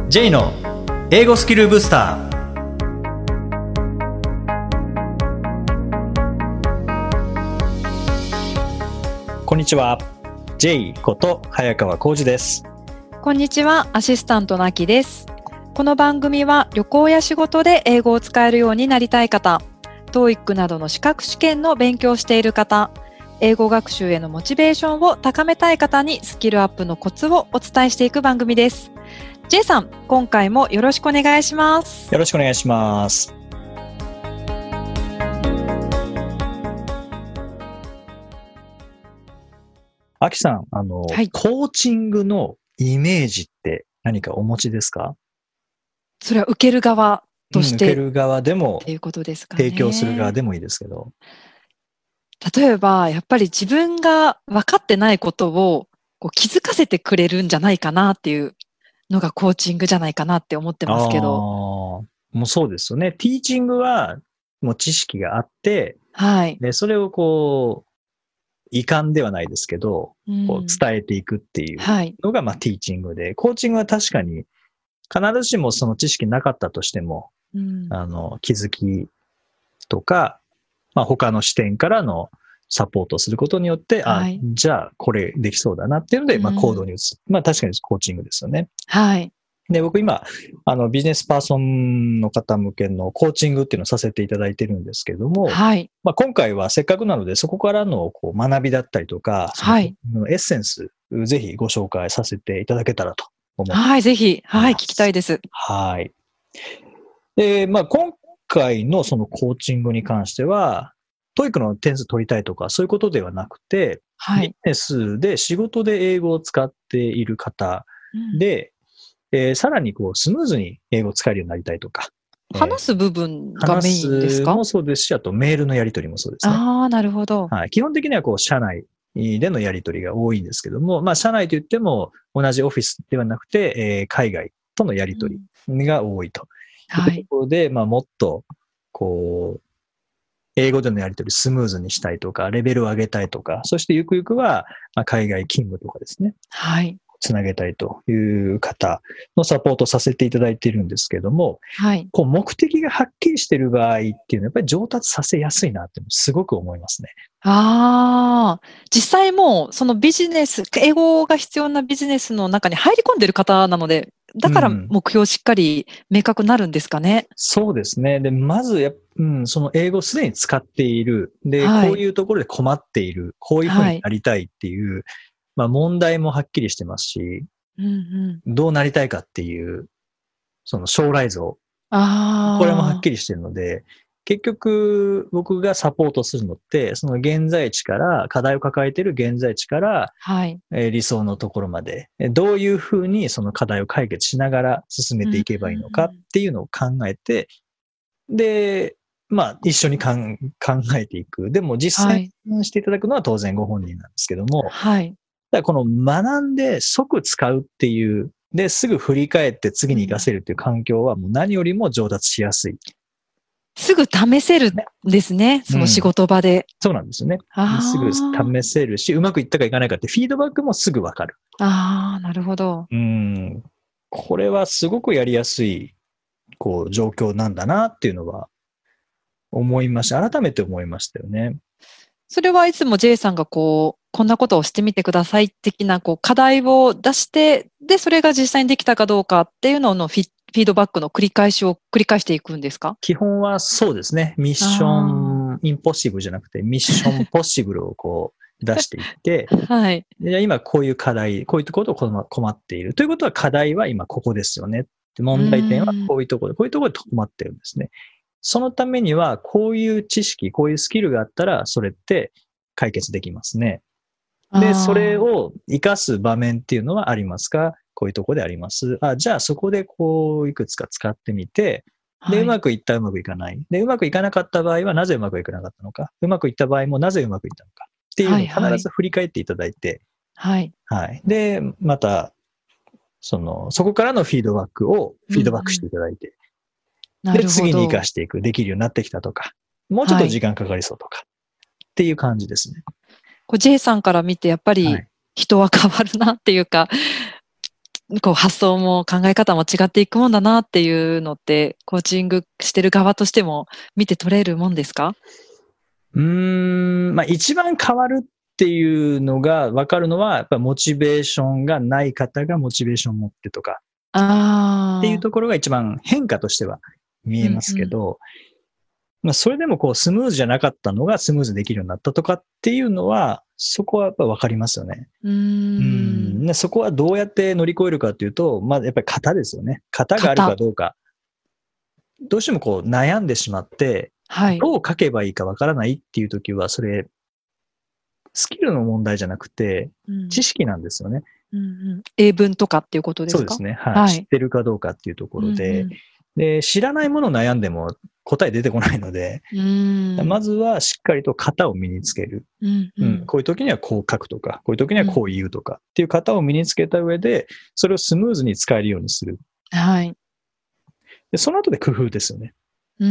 J の英語スキルブスター。こんにちは。J こと早川浩二です。 こんにちは、アシスタントのあきです。この番組は旅行や仕事で英語を使えるようになりたい方、TOEIC などの資格試験の勉強をしている方、英語学習へのモチベーションを高めたい方にスキルアップのコツをお伝えしていく番組です。J さん、今回もよろしくお願いします。 よろしくお願いします。あきさん、 はい、 コーチングのイメージって何かお持ちですか？ それは受ける側とし受けてる側でもっていうことですか提供する側ね。 でもいいですけど。 例えば、やっぱり自分が分かってないことを気づかせてくれるんじゃないかなっていうのがコーチングじゃないかなって思ってああ、 ますけど。 もうそうですよね。ティーチングはもう知識があって、 はい。 で、それを遺憾ではないですけど、伝えていくっていうはい。 のが、ティーチングで、コーチングは確かに必ずしもその知識なかったとしても、気づきとか、他の視点からのサポートをすることによって、 はい。 じゃあこれできそうだなっていうので、行動に移す。確かにコーチングですよね。 はい。 で、僕今、ビジネスパーソンの方向けのコーチングっていうのをさせていただいてるんですけども、 はい。 今回はせっかくなので、そこからの学びだったりとか、そはい。 のエッセンス、ぜひご紹介させていただけたらと思ってはい。ぜひ、はい。聞きたいます。 いです。 はい。で、今回のそのコーチングに関しては、トイックの点数取りたいとか、そういうことではなくて、 はい。 ビジネスで仕事で英語を使っている方で、さらにスムーズに英語を使えるようになりたいとか、 話す部分がメ話インですか？ すもそうですし、あとメールのやり取りもそうですね。 ああ、なるほど。 はい。基本的には社内でのやり取りが多いんですけども、社内といっても同じオフィスではなくて、海外とのやり取りが多いというとはい。 ころで、もっと、英語でのやり取りスムーズにしたいとか、レベルを上げたいとか、そしてゆくゆくは、海外勤務とかですね。 はい。 つなげたいという方のサポートさせていただいているんですけども、 はい。 目的がはっきりしている場合っていうのはやっぱり上達させやすいなってすごく思いますね。 ああ、実際もうそのビジネス、英語が必要なビジネスの中に入り込んでる方なので、だから目標しっかり明確になるんですかね。 そうですね。で、まずその英語をすでに使っている。で、 はい。 こういうところで困っている。こういうふうにはい。 なりたいっていう、問題もはっきりしてますし、 うんうん。 どうなりたいかっていう、その将来像。これもはっああ、 きりしてるので、結局僕がサポートするのって、その現在地から、課題を抱えている現在地から、 はい。 理想のところまで、どういうふうにその課題を解決しながら進めていけばいいのかっていうのを考えて、で、一緒に考えていく。でも実はい。 践していただくのは当然ご本人なんですけども、 はい。 ただこの学んで即使うっていう、で、すぐ振り返って次に活かせるっていう環境はもう何よりも上達しやすい。 すぐ試せるんね。 ですね、その仕うん。 事場で。 そうなんですよね。すぐあ試せるし、うまくいったかいかないかってフィードバックもすぐわかる。 あ、ああ、なるほど。 これはすごくやりやすい、状況なんだなっていうのは思いました。改めて思いましたよね。 それはいつも J さんがこんなことをしてみてください的な課題を出して、で、それが実際にできたかどうかっていうののフィードバックの繰り返していくんですか？ 基本はそうですね。ミッショあンインポッシブルじゃなくて、ミッションポッシブルを出していって、 あ、はい。 で今こういう課題、こういうところと困っている。ということは課題は今ここですよね。 う問題点はーん。 こういうところで、こういうところで困ってるんですね。そのためには、こういう知識、こういうスキルがあったら、それって解決できますね。で、それあを活かす場面っていうのはありますか？こういうところであります。じゃあそこでいくつか使ってみて、 あ、 で、 はい。 うまくいった、うまくいかない。で、うまくいかなかった場合は、なぜうまくいかなかったのか。うまくいった場合も、なぜうまくいったのか。っていうのを必はいはい。 ず振り返っていただいて、 はい。 はい。で、また、そこからのフィードバックをうんうフィードバックしてん。 いただいて、 なで、 るほど。 次に活かしていく、できるようになってきたとか、もうちょっはい。 と時間かかりそうとか、っていう感じですね。 J さんから見てやっぱりはい。 人は変わるなっていうか、 こう発想も考え方も違っていくもんだなっていうのって、コーチングしてる側としても見て取れるもんですか？ 一番変わるっていうのが分かるのは、やっぱりモチベーションがない方がモチベーションを持ってとかっていうところが一番変化としては見えますけど、それでもこうスムーズじゃなかったのがスムーズできるようになったとかっていうのは、そこはやっぱ分かりますよね。そこはどうやって乗り越えるかっていうと、まずやっぱり型ですよね。型があるかどうか。どうしてもこう悩んでしまって、どう書けばいいか分からないっていうときは、それ、スキルの問題じゃなくて、知識なんですよね。 英文とかっていうことですか？ そうですね。はい。知ってるかどうかっていうところで、で、知らないものを悩んでも答え出てこないので、まずはしっかりと型を身につける。こういう時にはこう書くとか、こういう時にはこう言うとかっていう型を身につけた上で、それをスムーズに使えるようにする。でその後で工夫ですよね。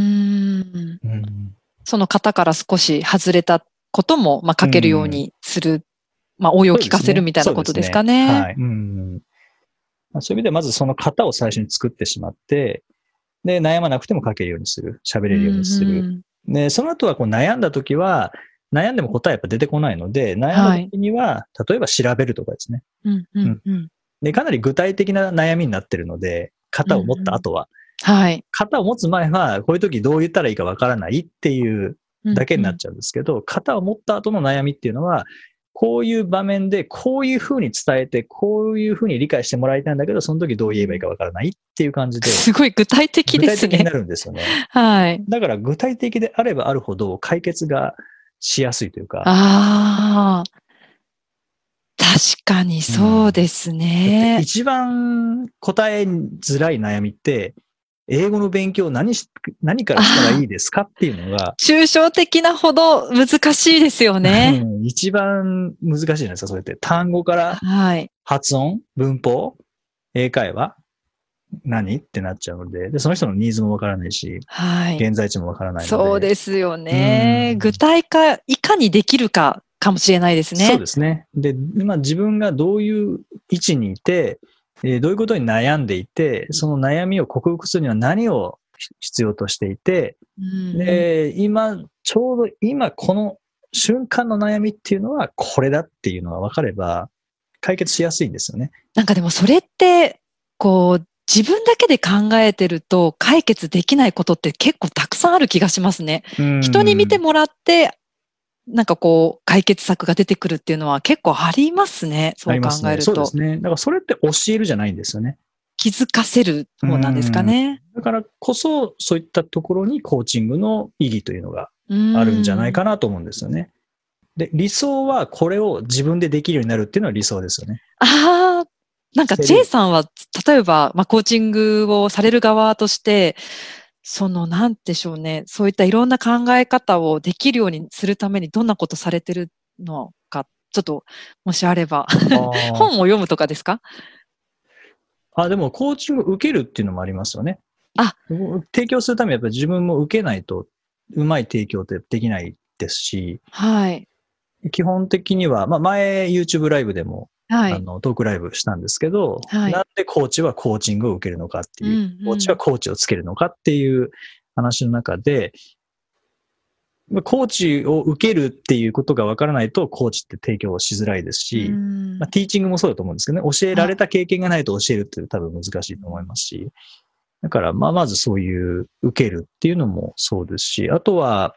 その型から少し外れたことも、書けるようにする、応用を聞かせるみたいなことですかね。 はい。そういう意味でまずその型を最初に作ってしまって、で、悩まなくても書けるようにする。喋れるようにする。で、その後はこう悩んだ時は、悩んでも答えやっぱ出てこないので、悩んだ時には、例えば調べるとかですね。で、かなり具体的な悩みになってるので、型を持った後は。型を持つ前は、こういう時どう言ったらいいかわからないっていうだけになっちゃうんですけど、型を持った後の悩みっていうのは、こういう場面でこういうふうに伝えて、こういうふうに理解してもらいたいんだけど、その時どう言えばいいかわからないっていう感じで。 すごい具体的ですね。 具体的になるんですよね。だから具体的であればあるほど解決がしやすいというか。 確かにそうですね。 一番答えづらい悩みって、英語の勉強何からしたらいいですかっていうのが。 抽象的なほど難しいですよね。 一番難しいじゃないですか、それって。単語から発音、文法、英会話、何ってなっちゃうので、その人のニーズもわからないし、現在地もわからないので。 そうですよね。具体化、いかにできるかかもしれないですね。 そうですね。で、今自分がどういう位置にいて、どういうことに悩んでいて、その悩みを克服するには何を必要としていて、で、ちょうど今この瞬間の悩みっていうのはこれだっていうのが分かれば解決しやすいんですよね。 なんかでもそれって、こう、自分だけで考えてると解決できないことって結構たくさんある気がしますね。人に見てもらって、なんかこう、解決策が出てくるっていうのは結構ありますね。そう考えると。 そうですね。だからそれって教えるじゃないんですよね。 気づかせる方なんですかね。 だからこそ、そういったところにコーチングの意義というのがあるんじゃないかなと思うんですよね。で、理想はこれを自分でできるようになるっていうのは理想ですよね。 なんか J さんは、例えば、コーチングをされる側として、なんでしょうね。そういったいろんな考え方をできるようにするためにどんなことされてるのか、ちょっと、もしあれば。本を読むとかですか？ でも、コーチングを受けるっていうのもありますよね。提供するためにやっぱり自分も受けないと、うまい提供ってできないですし、基本的には、前 YouTube ライブでも、トークライブしたんですけど、なんでコーチはコーチングを受けるのかっていう、コーチはコーチをつけるのかっていう話の中で、コーチを受けるっていうことがわからないと、コーチって提供しづらいですし、ティーチングもそうだと思うんですけどね、教えられた経験がないと教えるって多分難しいと思いますし、だからまずそういう受けるっていうのもそうですし、あとは、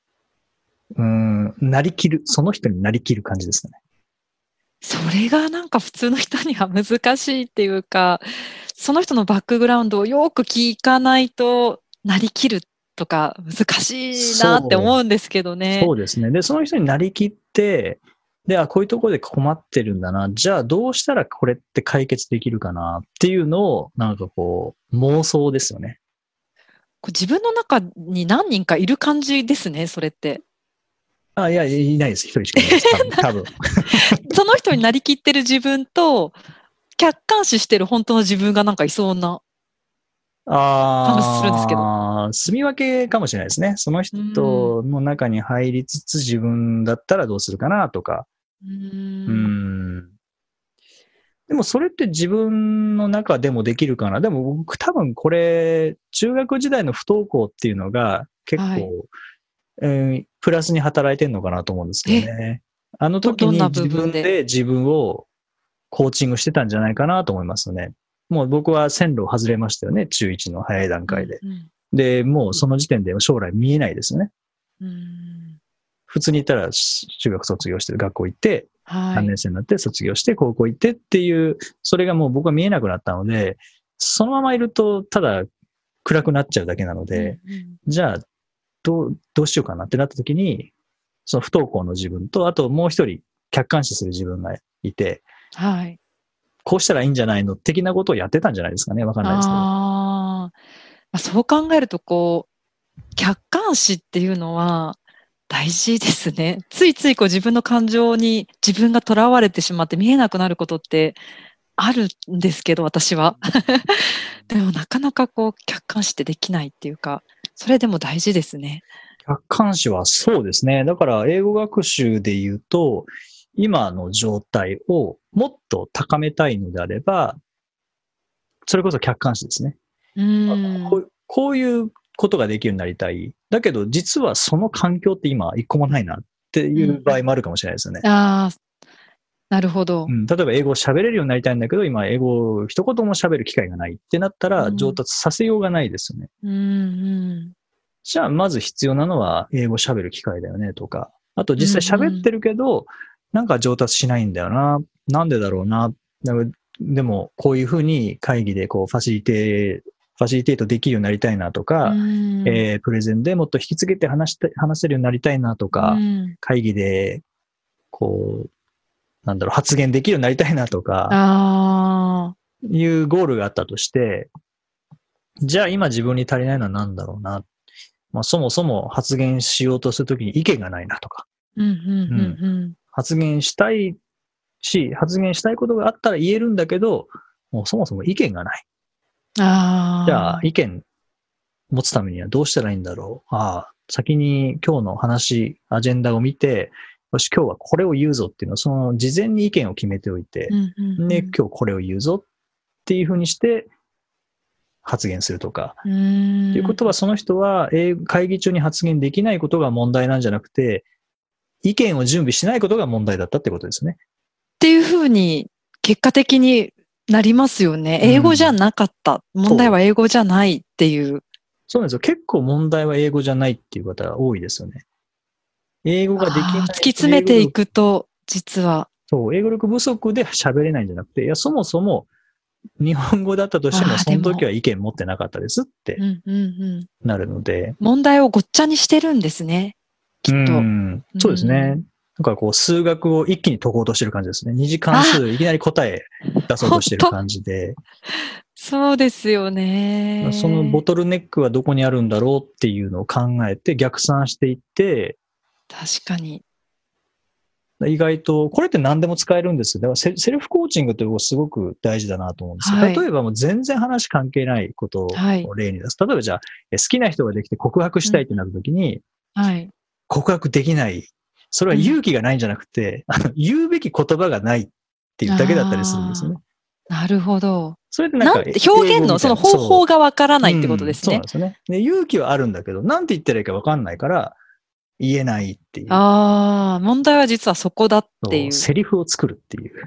なりきる、その人になりきる感じですかね。 それがなんか普通の人には難しいっていうか、その人のバックグラウンドをよく聞かないとなりきるとか難しいなって思うんですけどね。 そうですね。で、その人になりきって、で、こういうところで困ってるんだな。じゃあどうしたらこれって解決できるかなっていうのを、なんかこう、妄想ですよね。 自分の中に何人かいる感じですね、それって。 いや、いないです。一人しかいないです。多分。 その人になりきってる自分と、客観視してる本当の自分がなんかいそうな感じするんですけど。 住み分けかもしれないですね。その人の中に入りつつ自分だったらどうするかなとか。 でもそれって自分の中でもできるかな。でも僕多分これ、中学時代の不登校っていうのが結構、プラスに働いてるのかなと思うんですけどね。あの時に自分で自分をコーチングしてたんじゃないかなと思いますね。もう僕は線路を外れましたよね。中1の早い段階で。で、もうその時点で将来見えないですよね。普通に言ったら中学卒業して学校行って、3年生になって卒業して高校行ってっていう、それがもう僕は見えなくなったので、そのままいるとただ暗くなっちゃうだけなので、じゃあどうしようかなってなった時に、その不登校の自分と、あともう一人客観視する自分がいて、こうしたらいいんじゃないの的なことをやってたんじゃないですかね。わかんないですけど。そう考えると客観視っていうのは大事ですね。ついつい自分の感情に自分がとらわれてしまって見えなくなることってあるんですけど、私は。でもなかなか客観視ってできないっていうか、それでも大事ですね。 客観視はそうですね。だから英語学習で言うと、今の状態をもっと高めたいのであれば、それこそ客観視ですね。こういうことができるようになりたい。だけど実はその環境って今一個もないなっていう場合もあるかもしれないですよね。 なるほど。 例えば英語を喋れるようになりたいんだけど、今英語を一言も喋る機会がないってなったら上達させようがないですよね。じゃあまず必要なのは英語喋る機会だよねとか、あと実際喋ってるけど、なんか上達しないんだよな。なんでだろうな。でもこういうふうに会議でファシリテートできるようになりたいなとか、プレゼンでもっと引き継げて話せるようになりたいなとか、会議で発言できるようになりたいなとか、いうゴールがあったとして、じゃあ今自分に足りないのは何だろうな。そもそも発言しようとするときに意見がないなとか。発言したいし、発言したいことがあったら言えるんだけど、もうそもそも意見がない。じゃあ意見持つためにはどうしたらいいんだろう。先に今日の話、アジェンダを見て、よし、今日はこれを言うぞっていうのを、その事前に意見を決めておいて、で、今日これを言うぞっていうふうにして発言するとか。ということは、その人は会議中に発言できないことが問題なんじゃなくて、意見を準備しないことが問題だったってことですね。 っていうふうに結果的になりますよね。英語じゃなかった。問題は英語じゃないっていう。 そうなんですよ。結構問題は英語じゃないっていう方が多いですよね。英語ができない。 突き詰めていくと、実は。 そう、英語力不足で喋れないんじゃなくて、いや、そもそも日本語だったとしても、その時は意見持ってなかったですってなるので。 問題をごっちゃにしてるんですね。きっと。 そうですね。なんか数学を一気に解こうとしてる感じですね。二次関数いきなり答え出そうとしてる感じで。 そうですよね。 そのボトルネックはどこにあるんだろうっていうのを考えて逆算していって、 確かに。 意外と、これって何でも使えるんですよ。だからセルフコーチングってすごく大事だなと思うんですよ。例えばもう全然話関係ないことを例に出す。例えばじゃあ、好きな人ができて告白したいってなった時に、告白できない。それは勇気がないんじゃなくて、言うべき言葉がないっていうだけだったりするんですよね。 なるほど。 それで表現のその方法がわからないってことですね。 そうなんですよね。で、勇気はあるんだけど、なんて言ったらいいかわかんないから、言えないっていう。 問題は実はそこだっていう。 セリフを作るっていう。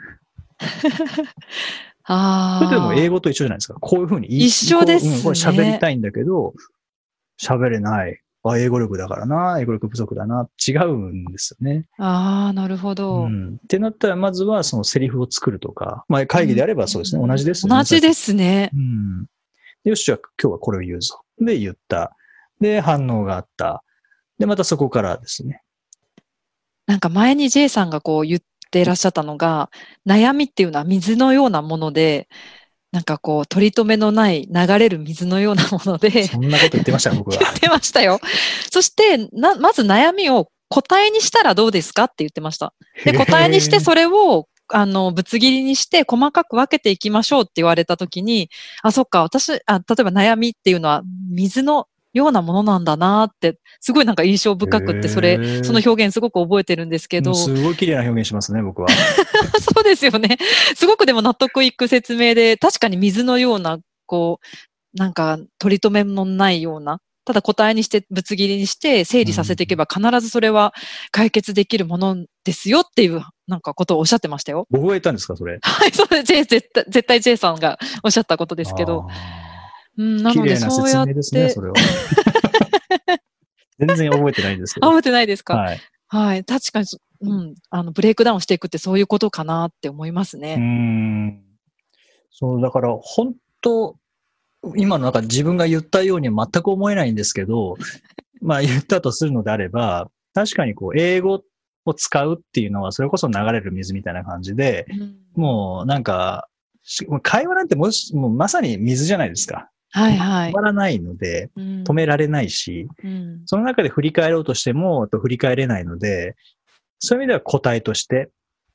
それでも英語と一緒じゃないですか。こういうふうに一緒ですね。 これ喋りたいんだけど、喋れない。英語力だからな、英語力不足だな、違うんですよね。 なるほど。 ってなったら、まずはそのセリフを作るとか、会議であればそうですね、同じですよね。 同じですね。 よし、じゃあ今日はこれを言うぞ。で、言った。で、反応があった。で、またそこからですね。 なんか前に J さんが言っていらっしゃったのが、悩みっていうのは水のようなもので、なんか取り留めのない流れる水のようなもので。 そんなこと言ってました、僕は。 言ってましたよ。そして、まず悩みを答えにしたらどうですかって言ってました。で、答えにしてそれを、ぶつ切りにして細かく分けていきましょうって言われたときに、そっか、例えば悩みっていうのは水のようなものなんだなって、すごいなんか印象深くって、その表現すごく覚えてるんですけど。 すごい綺麗な表現しますね、僕は。 そうですよね。すごくでも納得いく説明で、確かに水のような、こう、なんか取り留めのないような、ただ答えにして、ぶつ切りにして整理させていけば必ずそれは解決できるものですよっていう、なんかことをおっしゃってましたよ。 僕が言ったんですか、それ。 はい、そうです。絶対 J さんがおっしゃったことですけど。なので、そうやって。綺麗な説明ですね、 それは。全然覚えてないんですけど。 覚えてないですか？ はい。 はい。確かに、ブレイクダウンしていくってそういうことかなって思いますね。 そう、だから本当、今のなんか自分が言ったように全く思えないんですけど、まあ言ったとするのであれば、確かにこう英語を使うっていうのはそれこそ流れる水みたいな感じで、もうなんか、会話なんてもうまさに水じゃないですか。 はいはい。 止まらないので、止められないし、その中で振り返ろうとしても振り返れないので、そういう意味では個体として、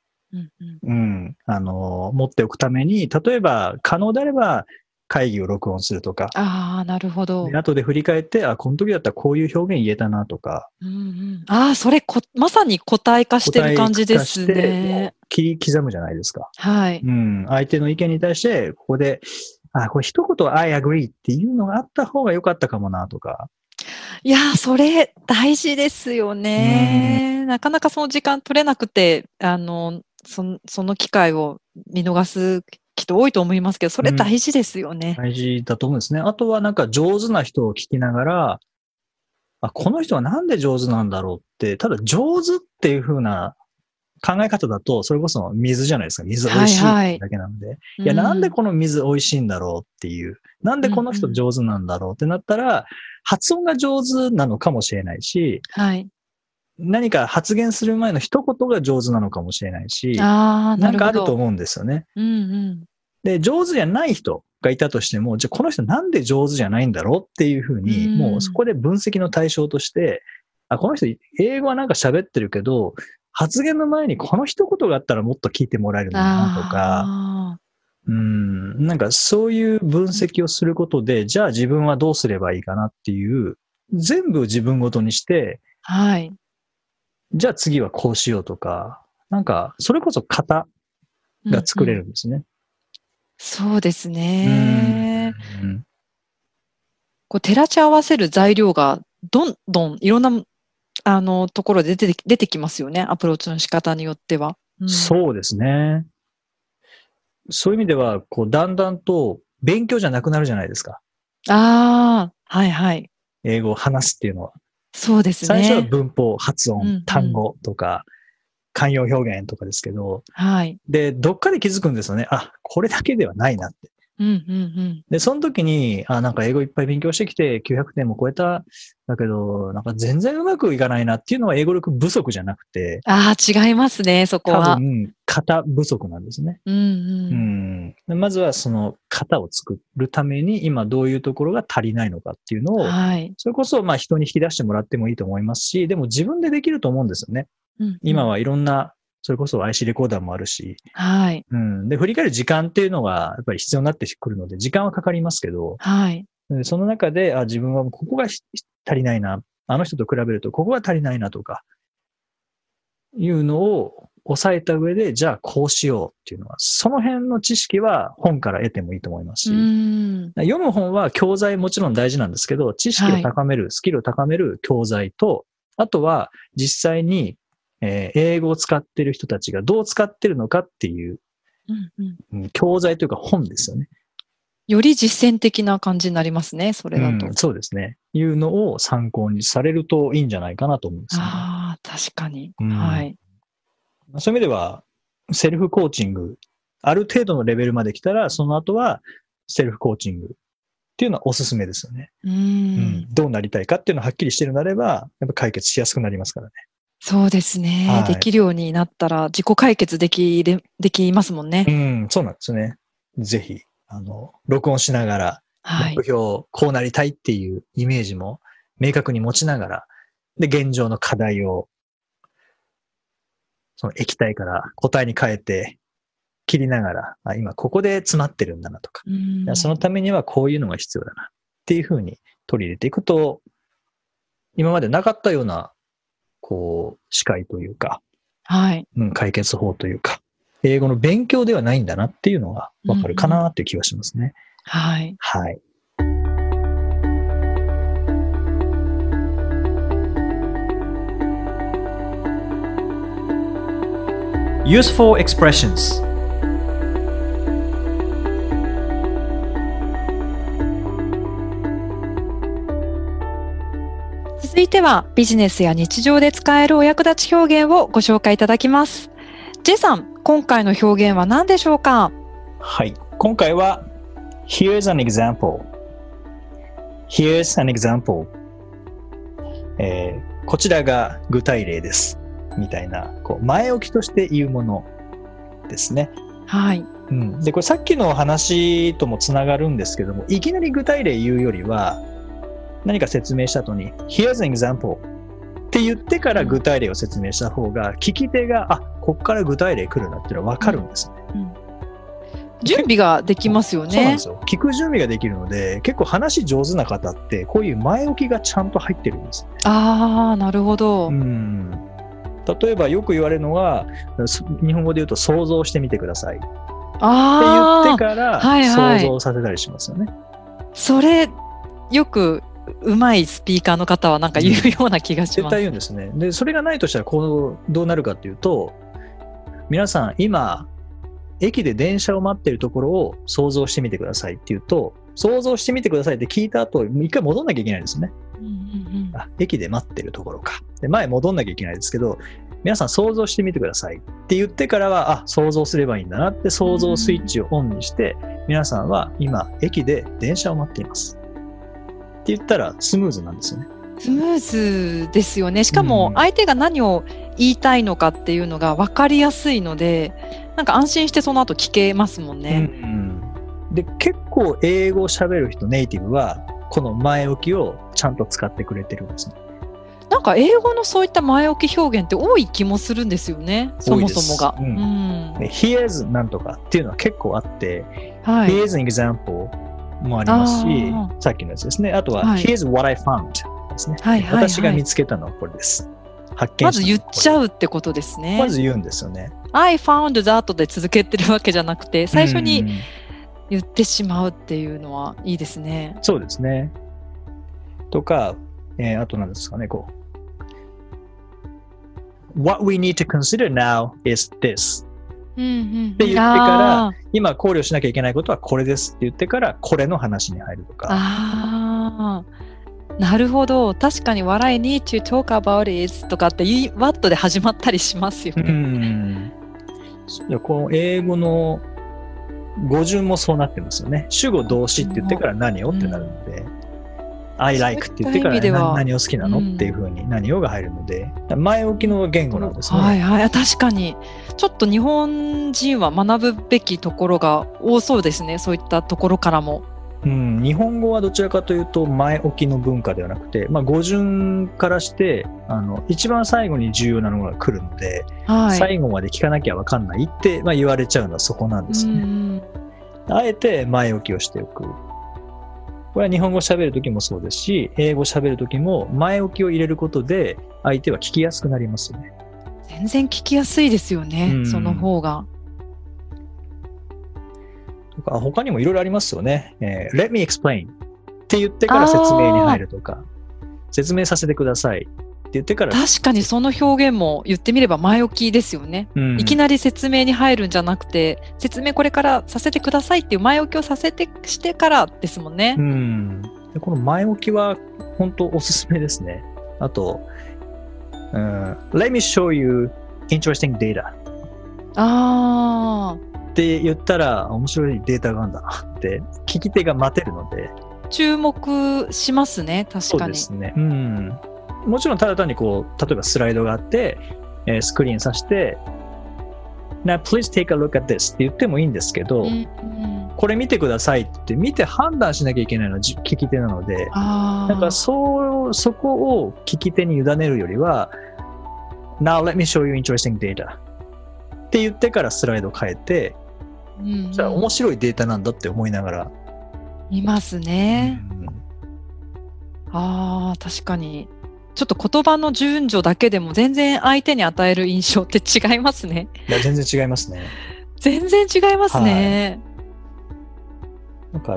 持っておくために、例えば可能であれば会議を録音するとか。 ああ、なるほど。 で後で振り返って、この時だったらこういう表現言えたなとか。 それまさに個体化してる感じですね。 個体化して切り刻むじゃないですか。 はい。 相手の意見に対して、ここで、これ一言 I agree っていうのがあった方が良かったかもなとか。 いや、それ大事ですよね。なかなかその時間取れなくて、その機会を見逃す人多いと思いますけど、それ大事ですよね。 大事だと思うんですね。あとはなんか上手な人を聞きながら、この人はなんで上手なんだろうって、ただ上手っていう風な考え方だと、それこそ水じゃないですか。水美味しいだけなんで。いや、なんでこの水美味しいんだろうっていう。なんでこの人上手なんだろうってなったら、発音が上手なのかもしれないし、何か発言する前の一言が上手なのかもしれないし、なんかあると思うんですよね。で、上手じゃない人がいたとしても、じゃあこの人なんで上手じゃないんだろうっていうふうに、もうそこで分析の対象として、この人英語はなんか喋ってるけど、発言の前にこの一言があったらもっと聞いてもらえるのになとか、なんかそういう分析をすることで、じゃあ自分はどうすればいいかなっていう、全部自分ごとにして、じゃあ次はこうしようとか、なんかそれこそ型が作れるんですね。 そうですね。こう照らし合わせる材料がどんどんいろんなところで出てきますよね。アプローチの仕方によっては。 そうですね。そういう意味では、こう、だんだんと勉強じゃなくなるじゃないですか。 はいはい。 英語を話すっていうのは。 そうですね。 最初は文法、発音、単語とか、慣用表現とかですけど、で、どっかで気づくんですよね。これだけではないなって。で、その時に、なんか英語いっぱい勉強してきて900点も超えた。だけど、なんか全然うまくいかないなっていうのは英語力不足じゃなくて。 違いますね、そこは。 多分、型不足なんですね。まずはその型を作るために今どういうところが足りないのかっていうのを、それこそまあ人に引き出してもらってもいいと思いますし、でも自分でできると思うんですよね。今はいろんな、それこそ IC レコーダーもあるし、で、振り返る時間っていうのがやっぱり必要になってくるので、時間はかかりますけど、その中で、自分はここが足りないな、あの人と比べるとここが足りないなとか、いうのを抑えた上で、じゃあこうしようっていうのは、その辺の知識は本から得てもいいと思いますし、読む本は教材もちろん大事なんですけど、知識を高める、スキルを高める教材と、あとは実際に英語を使っている人たちがどう使ってるのかっていう、教材というか本ですよね。 より実践的な感じになりますね、それだと。 そうですね。いうのを参考にされるといいんじゃないかなと思うんですよね。 確かに。はい。 そういう意味では、セルフコーチング、ある程度のレベルまで来たら、その後はセルフコーチングっていうのはおすすめですよね。どうなりたいかっていうのがはっきりしてるのであれば、やっぱ解決しやすくなりますからね。 そうですね。できるようになったら自己解決できますもんね。 そうなんですね。ぜひ、録音しながら、目標、こうなりたいっていうイメージも明確に持ちながら、で、現状の課題を、その液体から固体に変えて、切りながら、今ここで詰まってるんだなとか、そのためにはこういうのが必要だなっていうふうに取り入れていくと、今までなかったような、こう、視界というか、 はい。 解決法というか、英語の勉強ではないんだなっていうのがわかるかなっていう気がしますね。 はい。 はい。 Useful expressions. 続いてはビジネスや日常で使えるお役立ち表現をご紹介いただきます。J さん、今回の表現は何でしょうか？ はい。今回は Here's an example。Here's an example。こちらが具体例です。みたいな、こう前置きとして言うものですね。 はい。 で、これさっきの話ともつながるんですけども、いきなり具体例言うよりは、何か説明した後に Here's an example って言ってから具体例を説明した方が、聞き手が、こっから具体例来るなっていうのは分かるんですね。 準備ができますよね。 そうなんですよ。聞く準備ができるので、結構話上手な方って、こういう前置きがちゃんと入ってるんですね。 なるほど。 例えばよく言われるのは、日本語で言うと想像してみてくださいって言ってから想像させたりしますよね。 それよく上手いスピーカーの方はなんか言うような気がします。 絶対言うんですね。で、それがないとしたらどうなるかっていうと、皆さん今駅で電車を待っているところを想像してみてくださいって言うと、想像してみてくださいって聞いた後一回戻んなきゃいけないんですね。駅で待ってるところか。で、前戻んなきゃいけないですけど、皆さん想像してみてくださいって言ってからは、想像すればいいんだなって想像スイッチをオンにして、皆さんは今駅で電車を待っていますって言ったらスムーズなんですよね。 スムーズですよね。しかも相手が何を言いたいのかっていうのが分かりやすいので、なんか安心してその後聞けますもんね。 で、結構英語を喋る人、ネイティブはこの前置きをちゃんと使ってくれてるんですね。 なんか英語のそういった前置き表現って多い気もするんですよね。そもそもが。 Here's なんとかっていうのは結構あって、Here's an example もありますし、さっきのやつですね。あとは、Here's what I found ですね。私が見つけたのはこれです。発見したのはこれ。まず言っちゃうってことですね。 まず言うんですよね。 I found that で続けてるわけじゃなくて、最初に言ってしまうっていうのはいいですね。 そうですね。とか、あと何ですかね、こう。What we need to consider now is this って言ってから、今考慮しなきゃいけないことはこれですって言ってから、これの話に入るとか。 なるほど。確かに What I need to talk about is とかって What で始まったりしますよね。 この英語の語順もそうなってますよね。主語動詞って言ってから何をってなるので。I like って言ってから何を好きなのっていう風に何をが入るので、前置きの言語なんですね。 確かにちょっと日本人は学ぶべきところが多そうですね。そういったところからも。 日本語はどちらかというと前置きの文化ではなくて、語順からして一番最後に重要なのが来るので、最後まで聞かなきゃ分かんないって、言われちゃうのはそこなんですね。あえて前置きをしておく。これは日本語喋るときもそうですし、英語喋るときも前置きを入れることで相手は聞きやすくなりますよね。 全然聞きやすいですよね、その方が。 とか他にもいろいろありますよね。Let me explain って言ってから説明に入るとか、説明させてくださいって言ってから。 確かにその表現も言ってみれば前置きですよね。いきなり説明に入るんじゃなくて、説明これからさせてくださいっていう前置きをしてからですもんね。 でこの前置きは本当おすすめですね。あと、Let me show you interesting data って言ったら面白いデータがあるんだなって聞き手が待てるので注目しますね。確かにそうですね。もちろんただ単にこう例えばスライドがあって、スクリーンさして Now please take a look at this って言ってもいいんですけど、これ見てくださいって見て判断しなきゃいけないのは聞き手なので、なんかそこを聞き手に委ねるよりは Now let me show you interesting data って言ってからスライド変えて、じゃあ面白いデータなんだって思いながら見ますね。 確かに。ちょっと言葉の順序だけでも全然相手に与える印象って違いますね。 いや、全然違いますね。 全然違いますね。 だから、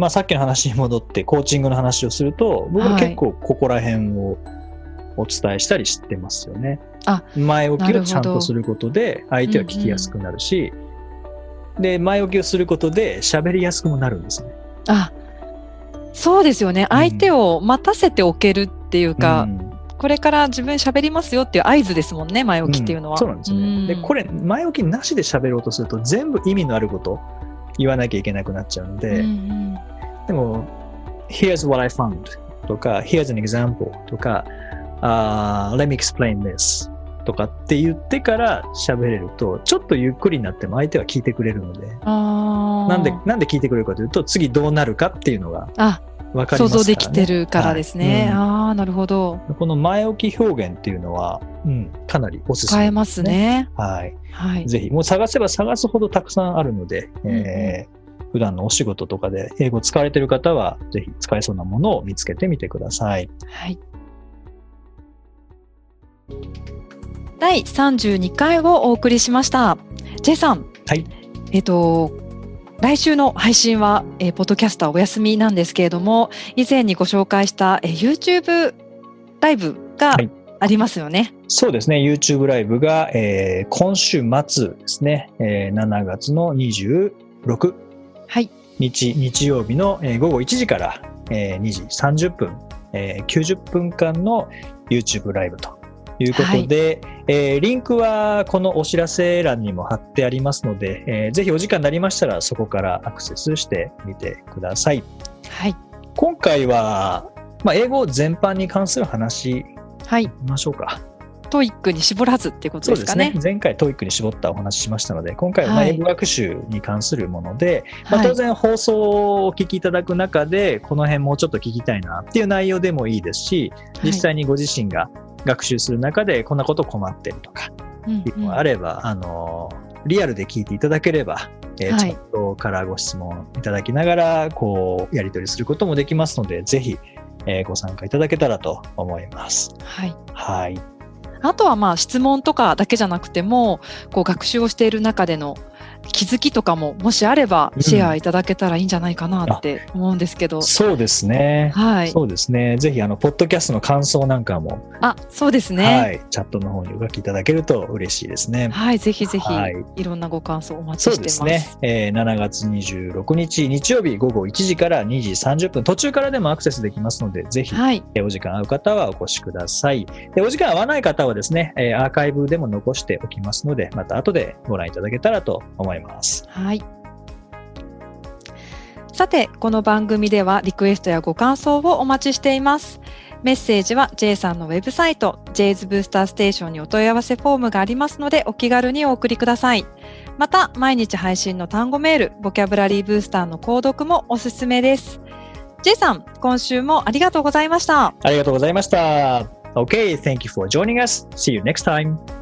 さっきの話に戻ってコーチングの話をすると、僕は結構ここら辺をお伝えしたりしてますよね。前置きをちゃんとすることで相手は聞きやすくなるし、で、前置きをすることで喋りやすくもなるんですね。 そうですよね。相手を待たせておけるっていうか、これから自分喋りますよっていう合図ですもんね、前置きっていうのは。 そうなんですね。で、これ、前置きなしで喋ろうとすると、全部意味のあること言わなきゃいけなくなっちゃうので、でも、Here's what I found とか、Here's an example とか、Let me explain this とかって言ってから喋れると、ちょっとゆっくりになっても相手は聞いてくれるので、なんで聞いてくれるかというと、次どうなるかっていうのが分かりますからね。 想像できてるからですね。なるほど。 この前置き表現っていうのは、かなりおすすめですね。 使えますね。 ぜひ、もう探せば探すほどたくさんあるので、普段のお仕事とかで英語使われている方は、ぜひ使えそうなものを見つけてみてください。 第32回をお送りしました。J さん。来週の配信は、ポッドキャスターお休みなんですけれども、以前にご紹介した、YouTube ライブがありますよね。 そうですね。YouTube ライブが、今週末ですね。7月の26日、日曜日の、午後1時から、2時30分、90分間の YouTube ライブということで、リンクはこのお知らせ欄にも貼ってありますので、ぜひお時間になりましたらそこからアクセスしてみてください。今回は、英語全般に関する話、いきましょうか。 TOEIC に絞らずっていうことですかね。 そうですね。前回 TOEIC に絞ったお話しましたので、今回は英語学習に関するもので、当然放送をお聞きいただく中で、この辺もうちょっと聞きたいなっていう内容でもいいですし、実際にご自身が学習する中でこんなこと困ってるとか、いうのがあれば、リアルで聞いていただければ、チャットからご質問いただきながら、やり取りすることもできますので、ぜひ、ご参加いただけたらと思います。 あとは質問とかだけじゃなくても、学習をしている中での気づきとかももしあればシェアいただけたらいいんじゃないかなって思うんですけど。 そうですね。そうですね。ぜひポッドキャストの感想なんかも。 そうですね。 チャットの方にお書きいただけると嬉しいですね。 ぜひぜひ、いろんなご感想お待ちしてます。 そうですね。7月26日日曜日午後1時から2時30分、途中からでもアクセスできますので、ぜひ、お時間合う方はお越しください。お時間合わない方はですね、アーカイブでも残しておきますので、また後でご覧いただけたらと思います。 さて、この番組ではリクエストやご感想をお待ちしています。メッセージは J さんのウェブサイト J's ブースターステーションにお問い合わせフォームがありますので、お気軽にお送りください。また、毎日配信の単語メール、ボキャブラリーブースターの購読もおすすめです。J さん、今週もありがとうございました。 ありがとうございました。Okay, thank you for joining us. See you next time.